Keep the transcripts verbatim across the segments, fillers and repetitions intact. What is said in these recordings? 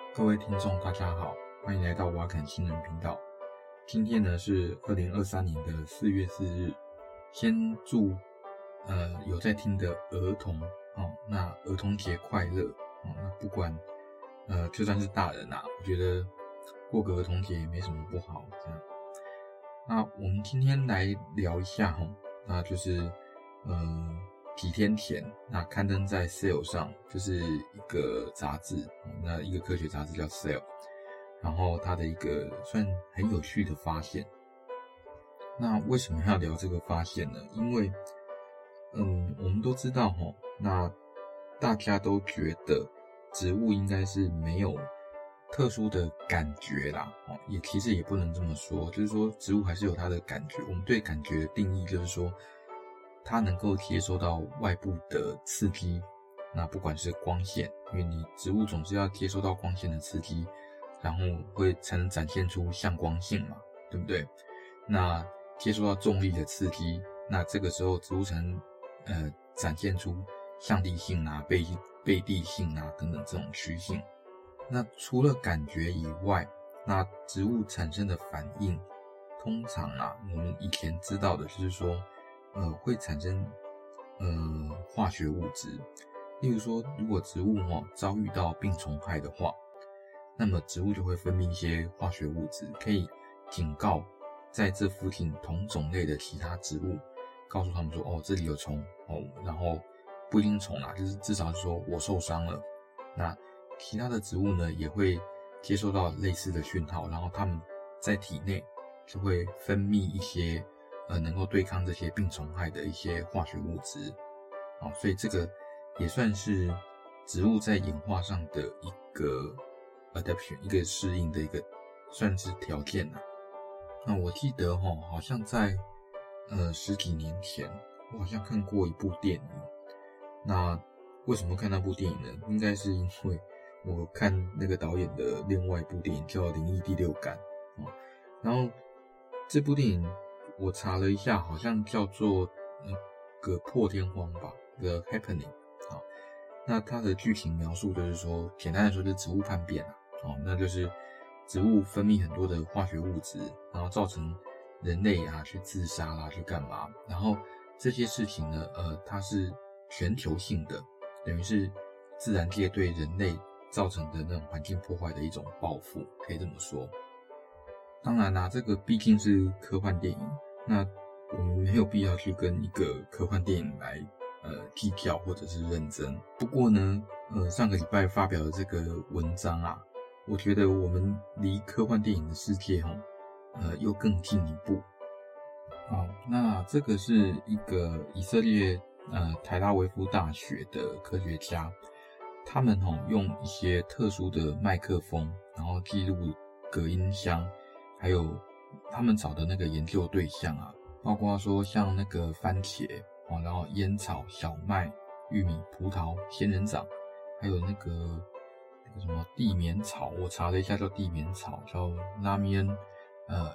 各位听众大家好，欢迎来到瓦肯新人频道。今天呢是二零二三年的四月四日，先祝呃有在听的儿童哦，那儿童节快乐哦。那不管呃就算是大人啊，我觉得过个儿童节也没什么不好这样。那我们今天来聊一下哈，那就是呃几天前那刊登在 Cell 上，就是一个杂志，那一个科学杂志叫 Cell， 然后它的一个算很有趣的发现。那为什么要聊这个发现呢？因为嗯我们都知道齁，那大家都觉得植物应该是没有特殊的感觉啦，也其实也不能这么说，就是说植物还是有它的感觉。我们对感觉的定义就是说它能够接收到外部的刺激，那不管是光线，因为你植物总是要接收到光线的刺激，然后会才能展现出向光性嘛，对不对？那接收到重力的刺激，那这个时候植物才能呃展现出向地性啊、背背地性啊等等这种趋性。那除了感觉以外，那植物产生的反应，通常啊，我们以前知道的就是说，呃，会产生呃化学物质。例如说，如果植物哦遭遇到病虫害的话，那么植物就会分泌一些化学物质，可以警告在这附近同种类的其他植物，告诉他们说，哦，这里有虫哦，然后不一定虫啦，就是至少是说我受伤了。那其他的植物呢，也会接收到类似的讯号，然后它们在体内就会分泌一些呃能够对抗这些病虫害的一些化学物质。好，所以这个也算是植物在演化上的一个 adaptation， 一个适应的一个算是条件啊。那我记得齁，好像在呃十几年前，我好像看过一部电影。那为什么看那部电影呢？应该是因为我看那个导演的另外一部电影叫《灵异第六感》哦，然后这部电影我查了一下，好像叫做那个破天荒吧 ，The Happening。好，那它的剧情描述就是说，简单来说就是植物叛变啊，哦，那就是植物分泌很多的化学物质，然后造成人类啊去自杀啦，去干嘛？然后这些事情呢，呃，它是全球性的，等于是自然界对人类造成的那种环境破坏的一种报复，可以这么说。当然啦、啊，这个毕竟是科幻电影，那我们没有必要去跟一个科幻电影来呃计较或者是认真。不过呢，呃上个礼拜发表的这个文章啊，我觉得我们离科幻电影的世界齁，呃又更进一步。好，那这个是一个以色列呃台拉维夫大学的科学家。他们齁用一些特殊的麦克风，然后记录隔音箱，还有他们找的那个研究对象啊，包括说像那个番茄哦，然后烟草、小麦、玉米、葡萄、仙人掌，还有那个那个什么地棉草，我查了一下叫地棉草，叫 Lamium 呃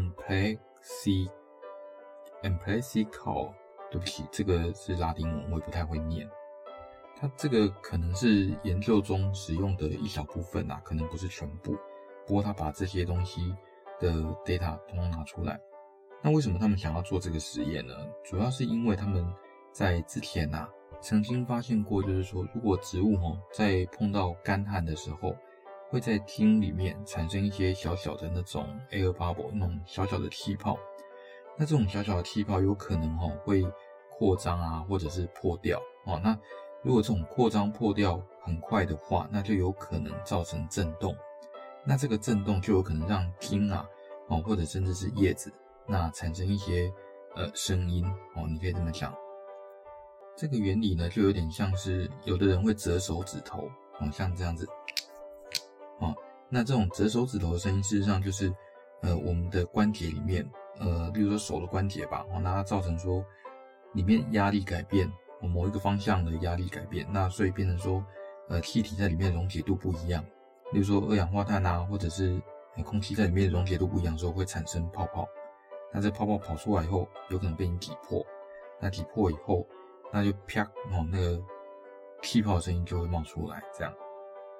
amplexi amplexicol， 对不起，这个是拉丁文，我也不太会念。它这个可能是研究中使用的一小部分啊，可能不是全部。不过他把这些东西的 data 统统拿出来。那为什么他们想要做这个实验呢？主要是因为他们在之前啊，曾经发现过，就是说，如果植物哦在碰到干旱的时候，会在茎里面产生一些小小的那种 air bubble， 那种小小的气泡。那这种小小的气泡有可能哦会扩张啊，或者是破掉哦。那如果这种扩张破掉很快的话，那就有可能造成震动。那这个震动就有可能让茎啊，哦，或者甚至是叶子，那产生一些呃声音哦，你可以这么想。这个原理呢，就有点像是有的人会折手指头哦，像这样子哦。那这种折手指头的声音，事实上就是呃我们的关节里面，呃，例如说手的关节吧，哦，那它造成说里面压力改变。某一个方向的压力改变，那所以变成说，呃，气体在里面溶解度不一样。例如说二氧化碳啊，或者是空气在里面溶解度不一样的时候，会产生泡泡。那这泡泡跑出来以后，有可能被你挤破。那挤破以后，那就啪，哦，那个气泡的声音就会冒出来，这样。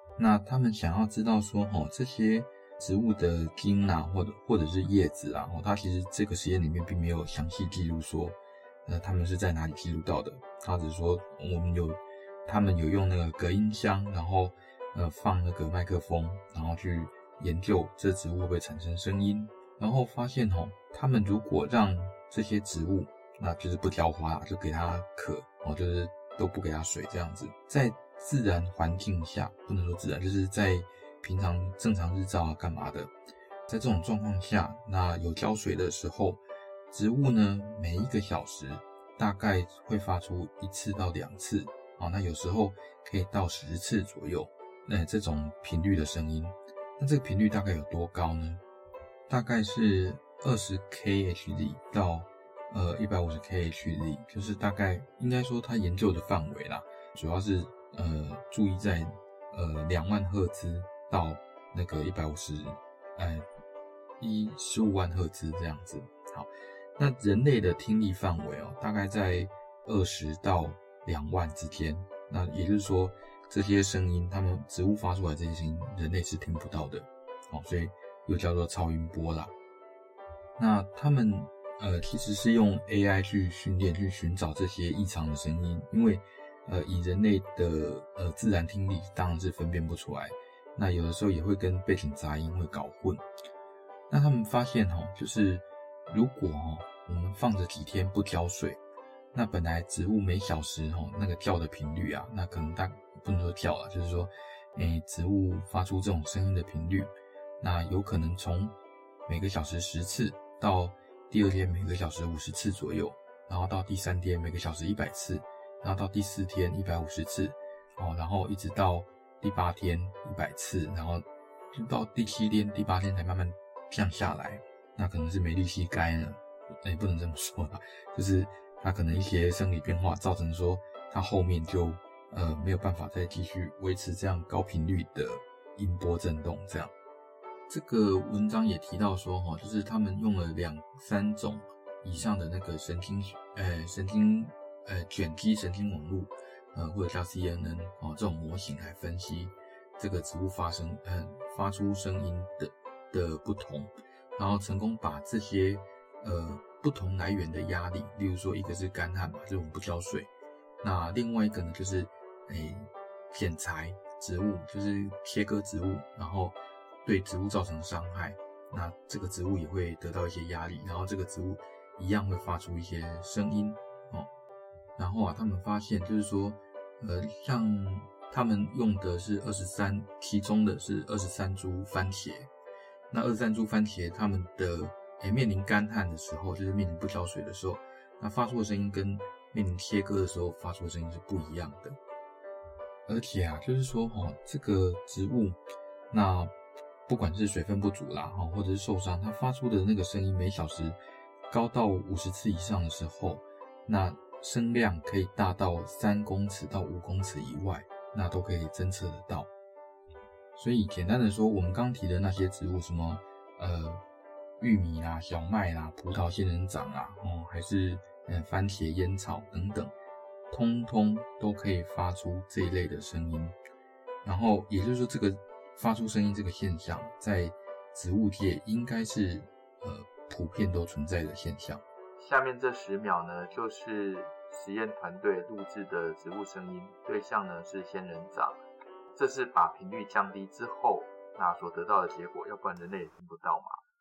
那他们想要知道说，哦，这些植物的茎啊，或者或者是叶子啊，哦，它其实这个实验里面并没有详细记录说，呃，他们是在哪里记录到的。他只是说我们有，他们有用那个隔音箱，然后呃放那个麦克风，然后去研究这植物会不会产生声音，然后发现哦，他们如果让这些植物，那就是不浇花啦，就给它渴，哦，就是都不给它水这样子，在自然环境下，不能说自然，就是在平常正常日照啊干嘛的，在这种状况下，那有浇水的时候，植物呢每一个小时大概会发出一次到两次，啊，那有时候可以到十次左右，那这种频率的声音，那这个频率大概有多高呢？大概是二十 K H Z 到呃一百五十 K H Z， 就是大概应该说它研究的范围啦，主要是呃注意在呃两万赫兹到那个一百五十呃一十五万赫兹这样子。好，那人类的听力范围哦，大概在二十到两万之间。那也就是说，这些声音，它们植物发出来这些声音，人类是听不到的。好，所以又叫做超音波啦。那他们呃其实是用 A I 去训练，去寻找这些异常的声音，因为呃以人类的呃自然听力当然是分辨不出来，那有的时候也会跟背景杂音会搞混。那他们发现哦，就是如果哦我们放着几天不浇水，那本来植物每小时哦那个叫的频率啊，那可能大不能说叫啦，就是说，诶植物发出这种声音的频率，那有可能从每个小时十次到第二天每个小时五十次左右，然后到第三天每个小时一百次，然后到第四天一百五十次，哦，然后一直到第八天一百次，然后就到第七天、第八天才慢慢降下来。那可能是没力气该呢，也不能这么说啦，就是它可能一些生理变化造成说它后面就呃没有办法再继续维持这样高频率的音波振动这样。这个文章也提到说齁，就是他们用了两三种以上的那个神经呃神经呃卷积神经网络呃或者叫 C N N 哦这种模型来分析这个植物发生呃发出声音的的不同，然后成功把这些呃不同来源的压力，例如说一个是干旱嘛，就是我们不浇水，那另外一个呢就是诶剪裁植物，就是切割植物，然后对植物造成伤害，那这个植物也会得到一些压力，然后这个植物一样会发出一些声音哦。然后啊，他们发现就是说，呃，像他们用的是二十三，其中的是二十三株番茄。那二十三株番茄，它们的诶面临干旱的时候，就是面临不浇水的时候，那发出的声音跟面临切割的时候发出的声音是不一样的。而且啊，就是说哦，这个植物，那不管是水分不足啦，或者是受伤，它发出的那个声音每小时高到五十次以上的时候，那声量可以大到三公尺到五公尺以外，那都可以侦测得到。所以简单的说，我们刚提的那些植物，什么呃玉米啦、小麦啦、葡萄仙人掌啊，哦，还是呃番茄、烟草等等，通通都可以发出这一类的声音。然后也就是说，这个发出声音这个现象，在植物界应该是呃普遍都存在的现象。 下面这十秒呢，就是实验团队录制的植物声音，对象呢是仙人掌。这是把频率降低之后，那所得到的结果，要不然人类也听不到嘛。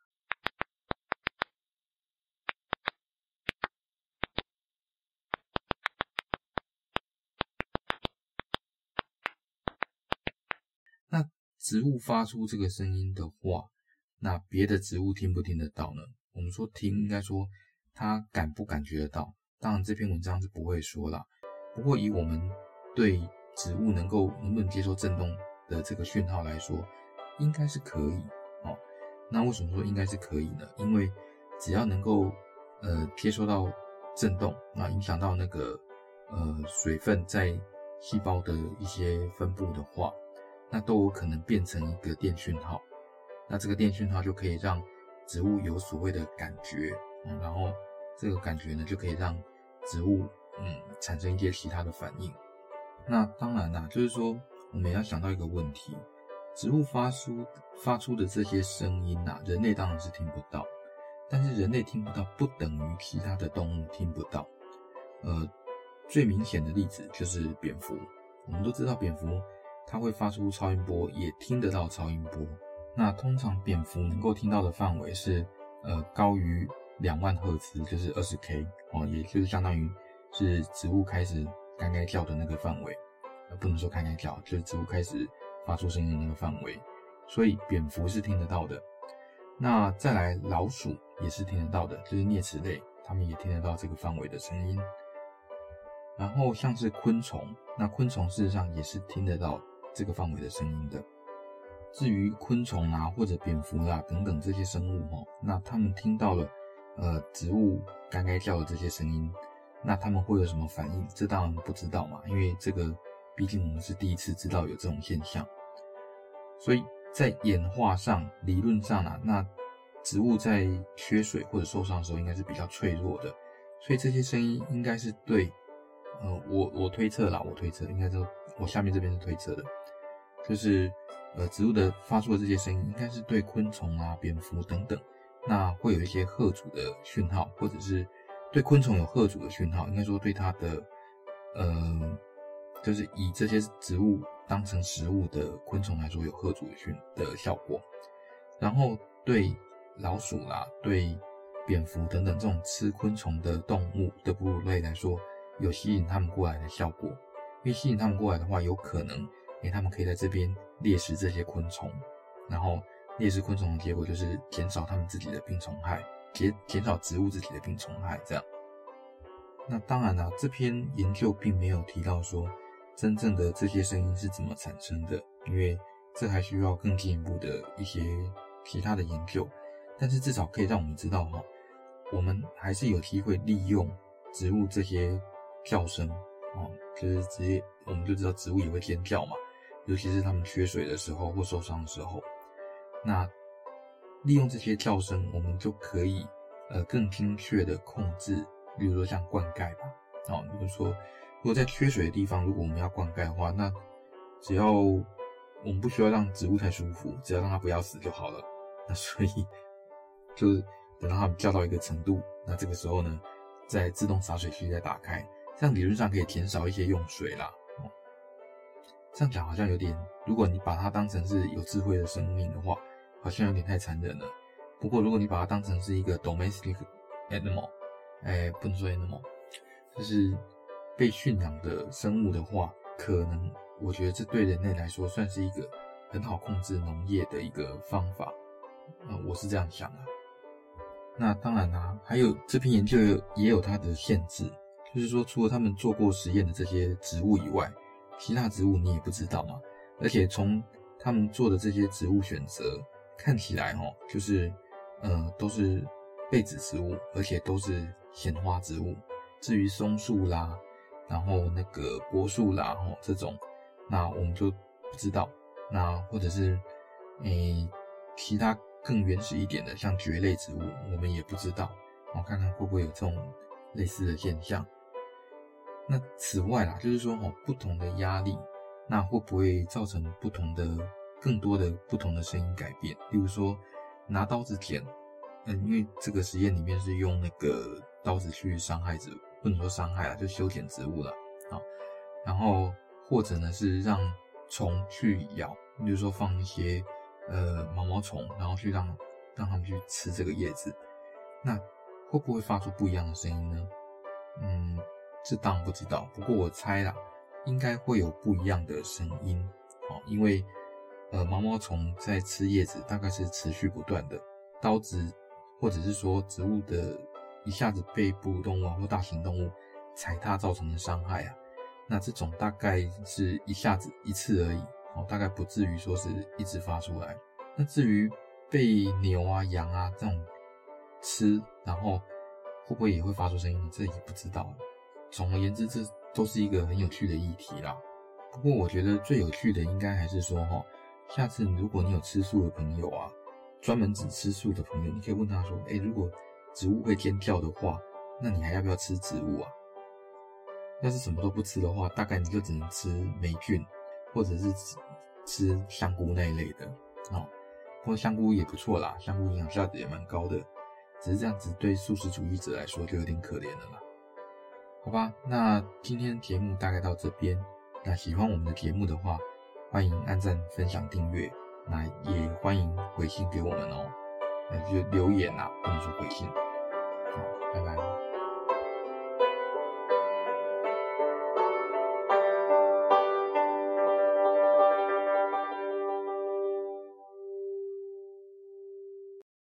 那植物发出这个声音的话，那别的植物听不听得到呢？我们说听，应该说它感不感觉得到？当然这篇文章是不会说啦。不过以我们对植物能够能不能接受振动的这个讯号来说，应该是可以哦。那为什么说应该是可以呢？因为只要能够呃接收到振动，那影响到那个呃水分在细胞的一些分布的话，那都有可能变成一个电讯号。那这个电讯号就可以让植物有所谓的感觉，嗯，然后这个感觉呢就可以让植物嗯产生一些其他的反应。那当然啦，就是说我们也要想到一个问题，植物发出发出的这些声音啊，人类当然是听不到，但是人类听不到不等于其他的动物听不到。呃，最明显的例子就是蝙蝠，我们都知道蝙蝠它会发出超音波，也听得到超音波。那通常蝙蝠能够听到的范围是呃高于两万赫兹，就是 二十 K 哦，也就是相当于是植物开始该该叫的那个范围，呃不能说该该叫，就是植物开始发出声音的那个范围。所以蝙蝠是听得到的。那再来老鼠也是听得到的，就是啮齿类，它们也听得到这个范围的声音。然后像是昆虫，那昆虫事实上也是听得到这个范围的声音的。至于昆虫啊或者蝙蝠啦、啊、等等这些生物齁，那他们听到了呃植物该该叫的这些声音，那他们会有什么反应？这当然不知道嘛，因为这个毕竟我们是第一次知道有这种现象。所以在演化上理论上啊，那植物在缺水或者受伤的时候应该是比较脆弱的，所以这些声音应该是对呃我我推测啦，我推测应该说我下面这边是推测的，就是呃植物的发出的这些声音应该是对昆虫啊、蝙蝠等等，那会有一些吓阻的讯号，或者是对昆虫有吓阻的讯号，应该说对它的呃就是以这些植物当成食物的昆虫来说有吓阻的讯的效果。然后对老鼠啦、对蝙蝠等等这种吃昆虫的动物的哺乳类来说，有吸引它们过来的效果。因为吸引它们过来的话，有可能诶它们可以在这边猎食这些昆虫，然后猎食昆虫的结果就是减少它们自己的病虫害，减减少植物自己的病虫害这样。那当然啦，这篇研究并没有提到说真正的这些声音是怎么产生的，因为这还需要更进一步的一些其他的研究。但是至少可以让我们知道哈，我们还是有机会利用植物这些叫声哦，就是直接我们就知道植物也会尖叫嘛，尤其是它们缺水的时候或受伤的时候。那利用这些叫声，我们就可以呃更精确的控制，比如说像灌溉吧，哦，比如说如果在缺水的地方，如果我们要灌溉的话，那只要我们不需要让植物太舒服，只要让它不要死就好了。那所以就是等到它们叫到一个程度，那这个时候呢，再自动洒水器再打开，这样理论上可以减少一些用水啦。哦，这样讲好像有点，如果你把它当成是有智慧的生命的话，好像有点太残忍了。不过如果你把它当成是一个 domestic animal， 哎，不能说 animal， 就是被驯养的生物的话，可能我觉得这对人类来说算是一个很好控制农业的一个方法。呃，我是这样想的。那当然啦、啊，还有这篇研究也有它的限制，就是说除了他们做过实验的这些植物以外，其他植物你也不知道嘛。而且从他们做的这些植物选择看起来齁，就是呃都是被子植物，而且都是咸花植物。至于松树啦，然后那个柏树啦齁这种，那我们就不知道。那或者是诶其他更原始一点的，像蕨类植物，我们也不知道，我看看会不会有这种类似的现象。那此外啦，就是说哦，不同的压力，那会不会造成不同的、更多的不同的声音改变？例如说拿刀子剪，嗯，因为这个实验里面是用那个刀子去伤害植物，不能说伤害啦，就修剪植物啦，啊，然后或者呢是让虫去咬，比如说放一些呃毛毛虫，然后去让让它们去吃这个叶子，那会不会发出不一样的声音呢？嗯，这当然不知道，不过我猜啦，应该会有不一样的声音，哦，因为呃毛毛虫在吃叶子大概是持续不断的，刀子或者是说植物的一下子被哺乳动物或大型动物踩踏造成的伤害啊，那这种大概是一下子一次而已，哦，大概不至于说是一直发出来。那至于被牛啊、羊啊这种吃，然后会不会也会发出声音呢？这也不知道了。总而言之，这都是一个很有趣的议题啦。不过我觉得最有趣的应该还是说齁，下次如果你有吃素的朋友啊，专门只吃素的朋友，你可以问他说，诶，如果植物会尖叫的话，那你还要不要吃植物啊？要是什么都不吃的话，大概你就只能吃霉菌， 或者是吃吃香菇那一类的哦。不过香菇也不错啦，香菇营养价值也蛮高的，只是这样子对素食主义者来说就有点可怜了啦。好吧，那今天节目大概到这边。那喜欢我们的节目的话，欢迎按赞、分享、订阅。那也欢迎回信给我们哦，那就留言啦，不能说回信。好，拜拜。